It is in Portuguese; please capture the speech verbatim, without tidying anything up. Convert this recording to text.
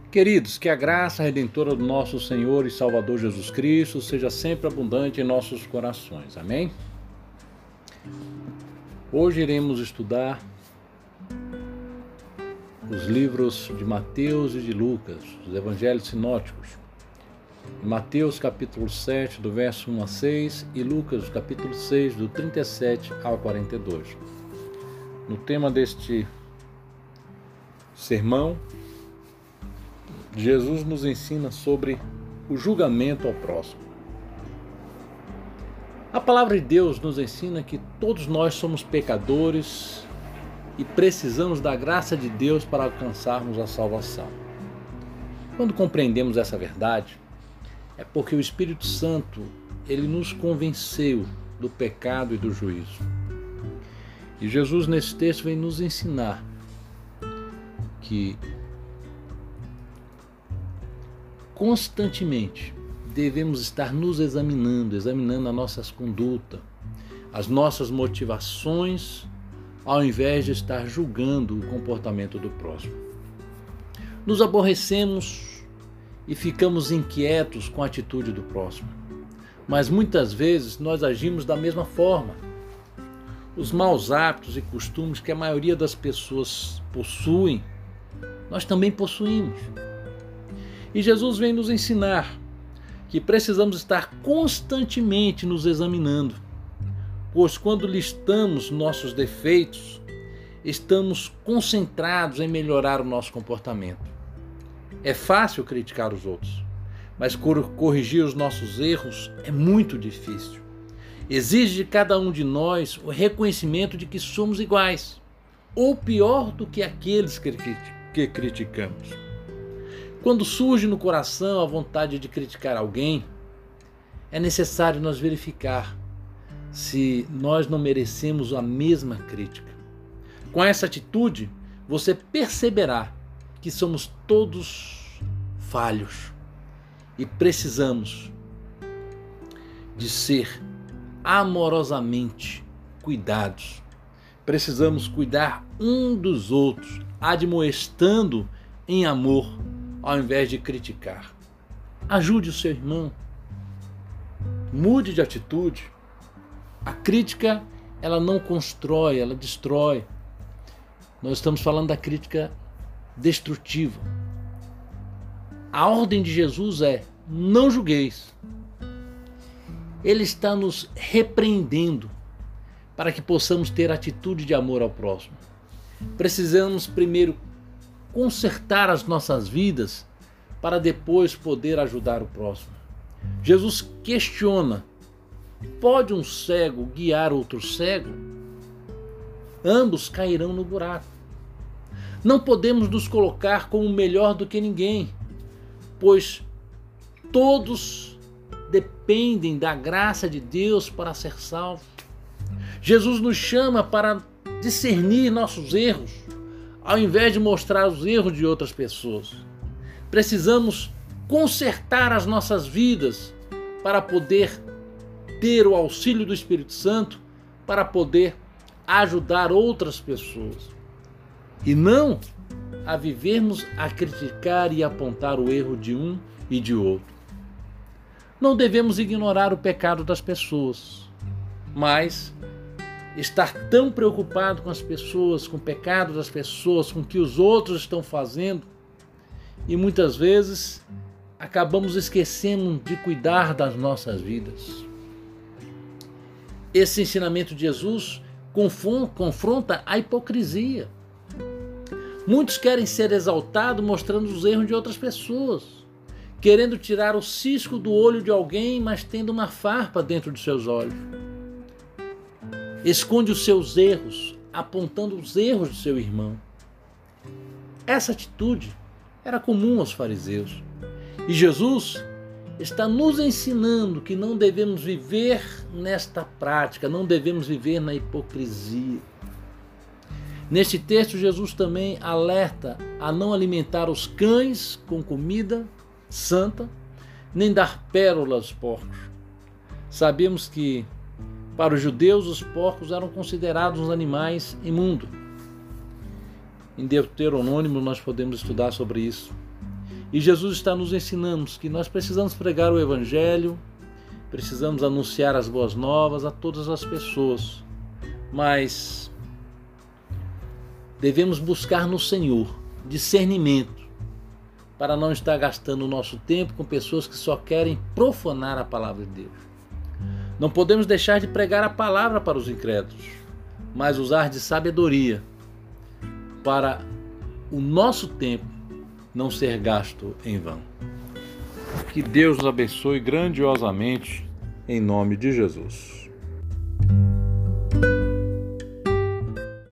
Queridos, que a graça redentora do nosso Senhor e Salvador Jesus Cristo seja sempre abundante em nossos corações. Amém? Hoje iremos estudar os livros de Mateus e de Lucas, os evangelhos sinóticos. Mateus capítulo sete, do verso um a seis, e Lucas capítulo seis, do trinta e sete ao quarenta e dois. No tema deste sermão, Jesus nos ensina sobre o julgamento ao próximo. A palavra de Deus nos ensina que todos nós somos pecadores e precisamos da graça de Deus para alcançarmos a salvação. Quando compreendemos essa verdade, é porque o Espírito Santo, ele nos convenceu do pecado e do juízo. E Jesus nesse texto vem nos ensinar que constantemente devemos estar nos examinando, examinando a nossa conduta, as nossas motivações, ao invés de estar julgando o comportamento do próximo. Nos aborrecemos e ficamos inquietos com a atitude do próximo, mas muitas vezes nós agimos da mesma forma. Os maus hábitos e costumes que a maioria das pessoas possuem, nós também possuímos. E Jesus vem nos ensinar que precisamos estar constantemente nos examinando, pois quando listamos nossos defeitos, estamos concentrados em melhorar o nosso comportamento. É fácil criticar os outros, mas corrigir os nossos erros é muito difícil. Exige de cada um de nós o reconhecimento de que somos iguais, ou pior do que aqueles que, que criticamos. Quando surge no coração a vontade de criticar alguém, é necessário nós verificar se nós não merecemos a mesma crítica. Com essa atitude, você perceberá que somos todos falhos e precisamos de ser amorosamente cuidados. Precisamos cuidar um dos outros, admoestando em amor, ao invés de criticar. Ajude o seu irmão. Mude de atitude. A crítica, ela não constrói, ela destrói. Nós estamos falando da crítica destrutiva. A ordem de Jesus é: não julgueis. Ele está nos repreendendo para que possamos ter atitude de amor ao próximo. Precisamos primeiro consertar as nossas vidas para depois poder ajudar o próximo. Jesus questiona: pode um cego guiar outro cego? Ambos cairão no buraco. Não podemos nos colocar como melhor do que ninguém, pois todos dependem da graça de Deus para ser salvos. Jesus nos chama para discernir nossos erros, ao invés de mostrar os erros de outras pessoas. Precisamos consertar as nossas vidas para poder ter o auxílio do Espírito Santo, para poder ajudar outras pessoas. E não a vivermos a criticar e apontar o erro de um e de outro. Não devemos ignorar o pecado das pessoas, mas estar tão preocupado com as pessoas, com o pecado das pessoas, com o que os outros estão fazendo, e muitas vezes acabamos esquecendo de cuidar das nossas vidas. Esse ensinamento de Jesus confronta a hipocrisia. Muitos querem ser exaltados mostrando os erros de outras pessoas, querendo tirar o cisco do olho de alguém, mas tendo uma farpa dentro de seus olhos. Esconde os seus erros, apontando os erros do seu irmão. Essa atitude era comum aos fariseus. E Jesus está nos ensinando que não devemos viver nesta prática, não devemos viver na hipocrisia. Neste texto, Jesus também alerta a não alimentar os cães com comida santa, nem dar pérolas aos porcos. Sabemos que para os judeus, os porcos eram considerados uns animais imundos. Em Deuteronômio nós podemos estudar sobre isso. E Jesus está nos ensinando que nós precisamos pregar o Evangelho, precisamos anunciar as boas novas a todas as pessoas, mas devemos buscar no Senhor discernimento para não estar gastando o nosso tempo com pessoas que só querem profanar a palavra de Deus. Não podemos deixar de pregar a palavra para os incrédulos, mas usar de sabedoria para o nosso tempo não ser gasto em vão. Que Deus nos abençoe grandiosamente, em nome de Jesus.